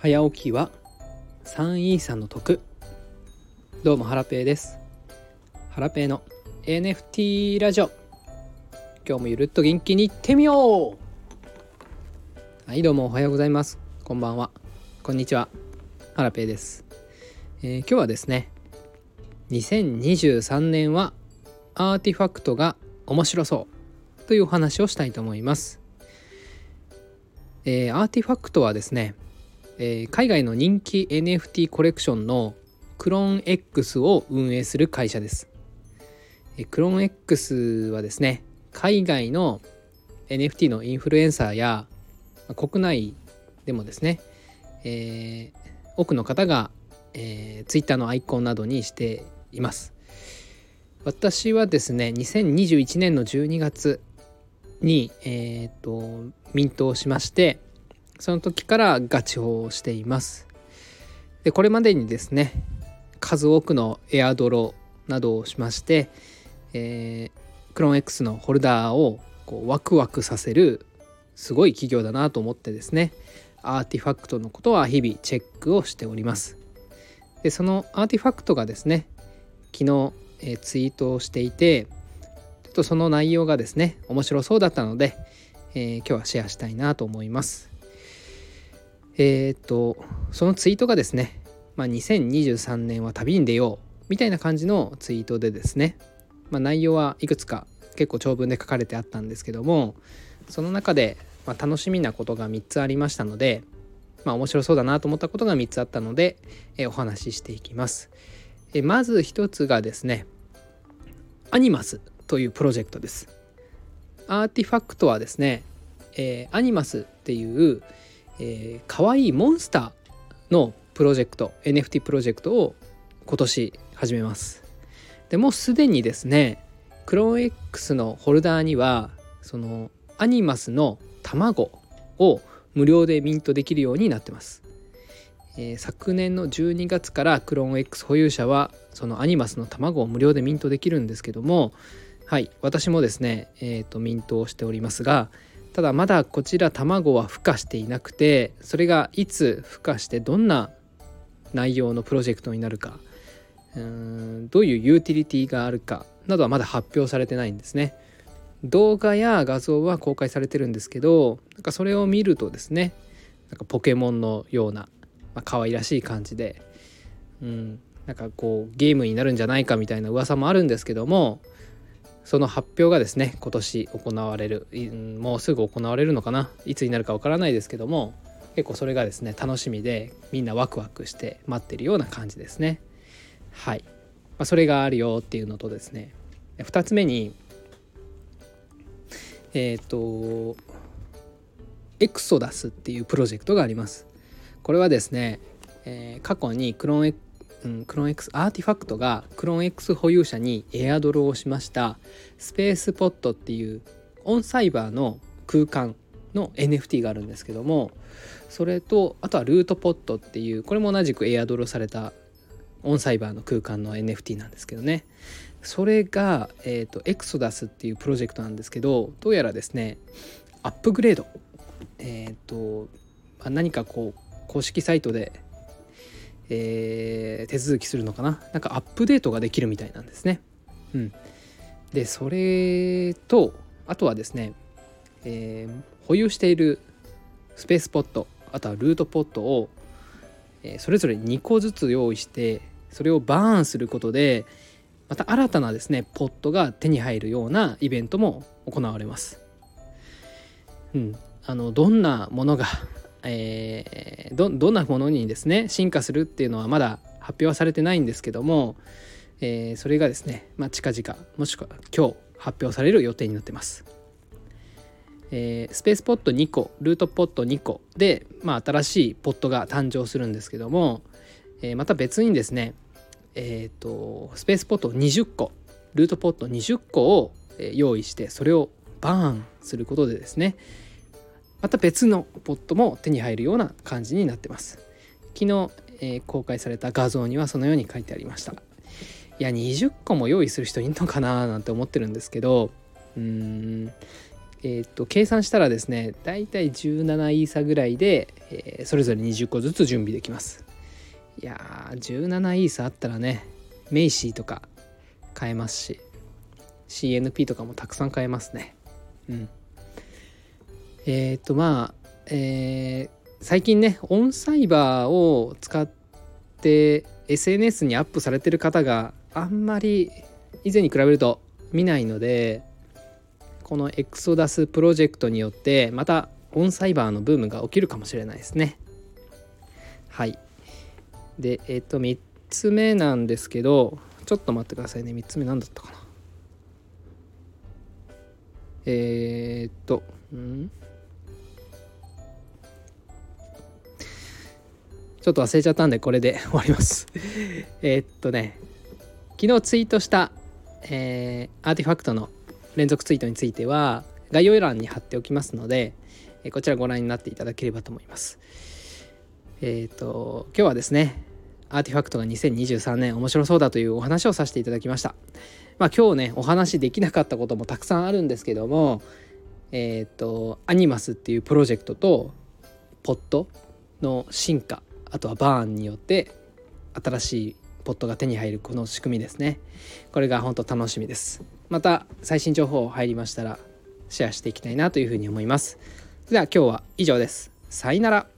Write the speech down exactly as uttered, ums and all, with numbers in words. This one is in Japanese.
早起きはさんイーサの得。どうもハラペーです。ハラペーの エヌエフティー ラジオ、今日もゆるっと元気にいってみよう。はい、どうもおはようございます。こんばんは、こんにちは。ハラペーです。えー、今日はですね、にせんにじゅうさんねんはアーティファクトが面白そうというお話をしたいと思います。えー、アーティファクトはですね、えー、海外の人気 エヌエフティー コレクションのクローン X を運営する会社です。えー、クローン X はですね、海外の エヌエフティー のインフルエンサーや国内でもですね、えー、多くの方が、えー、Twitter のアイコンなどにしています。私はですね、にせんにじゅういちねんのじゅうにがつに、えー、とミントをしまして、その時からガチをしています。でこれまでにですね、数多くのエアドロなどをしまして、えー、クローン X のホルダーをこうワクワクさせるすごい企業だなと思ってですね、アーティファクトのことは日々チェックをしております。でそのアーティファクトがですね、昨日、えー、ツイートをしていて、ちょっとその内容がですね面白そうだったので、えー、今日はシェアしたいなと思います。えー、っとそのツイートがですね、まあ、にせんにじゅうさんねんは旅に出ようみたいな感じのツイートでですね、まあ、内容はいくつか結構長文で書かれてあったんですけども、その中で、まあ、楽しみなことがみっつありましたので、まあ、面白そうだなと思ったことがみっつあったので、えー、お話ししていきます。えー、まずひとつがですね、アニマスというプロジェクトです。アーティファクトはですね、えー、アニマスっていうえー、かわいいモンスターのプロジェクト エヌエフティー プロジェクトを今年始めます。でもうすでにですね、クローン X のホルダーにはそのアニマスの卵を無料でミントできるようになってます。えー、昨年のじゅうにがつからクローン X 保有者はそのアニマスの卵を無料でミントできるんですけども、はい、私もですね、えーと、ミントをしておりますが、ただまだこちら卵は孵化していなくて、それがいつ孵化してどんな内容のプロジェクトになるか、うーんどういうユーティリティがあるかなどはまだ発表されてないんですね。動画や画像は公開されてるんですけど、なんかそれを見るとですね、なんかポケモンのような、まあ、可愛らしい感じで、うん、なんかこうゲームになるんじゃないかみたいな噂もあるんですけども、その発表がですね今年行われる、もうすぐ行われるのかな、いつになるかわからないですけども、結構それがですね楽しみで、みんなワクワクして待ってるような感じですね。はい、まあ、それがあるよっていうのとですね、ふたつめにえっ、ー、とエクソダスっていうプロジェクトがあります。これはですね、えー、過去にクローンうん、クローン X アーティファクトがクローン X 保有者にエアドロをしましたスペースポットっていうオンサイバーの空間の エヌエフティー があるんですけども、それとあとはルートポットっていう、これも同じくエアドロされたオンサイバーの空間の エヌエフティー なんですけどね、それが、えーと、エクソダスっていうプロジェクトなんですけど、どうやらですねアップグレード、えっ、ー、と何かこう公式サイトでえー、手続きするのかな、なんかアップデートができるみたいなんですね。うん、でそれとあとはですね、えー、保有しているスペースポット、あとはルートポットを、えー、それぞれにこずつ用意して、それをバーンすることでまた新たなですねポットが手に入るようなイベントも行われます。うん、あのどんなものがえー、ど, どんなものにですね進化するっていうのはまだ発表はされてないんですけども、えー、それがですね、まあ、近々もしくは今日発表される予定になってます。えー、スペースポットにこ、ルートポットにこで、まあ、新しいポットが誕生するんですけども、えー、また別にですね、えーと、スペースポットにじゅっこ、ルートポットにじゅっこを用意して、それをバーンすることでですね、また別のポットも手に入るような感じになってます。昨日、えー、公開された画像にはそのように書いてありました。いやにじゅっこも用意する人いるのかななんて思ってるんですけど、うーんえー、と計算したらですね、だいたいじゅうななイーサぐらいで、えー、それぞれにじゅっこずつ準備できます。いやー、じゅうななイーサあったらね、メイシーとか買えますし、 シーエヌピー とかもたくさん買えますね。うんえっ、とまあ、えー最近ね、オンサイバーを使って エスエヌエス にアップされてる方があんまり以前に比べると見ないので、このエクソダスプロジェクトによってまたオンサイバーのブームが起きるかもしれないですね。はい。で、えっとみっつめなんですけど、ちょっと待ってくださいね。みっつめなんだったかな。えー、っとんちょっと忘れちゃったんでこれで終わりますえーっとね昨日ツイートした、えー、アーティファクトの連続ツイートについては概要欄に貼っておきますので、えー、こちらご覧になっていただければと思います。えーっと今日はですね、アーティファクトがにせんにじゅうさんねん面白そうだというお話をさせていただきました。まあ今日ねお話できなかったこともたくさんあるんですけども、えーっとアニマスっていうプロジェクトとポッドの進化、あとはバーンによって新しいポットが手に入るこの仕組みですね。これが本当楽しみです。また最新情報入りましたらシェアしていきたいなというふうに思います。それでは今日は以上です。さよなら。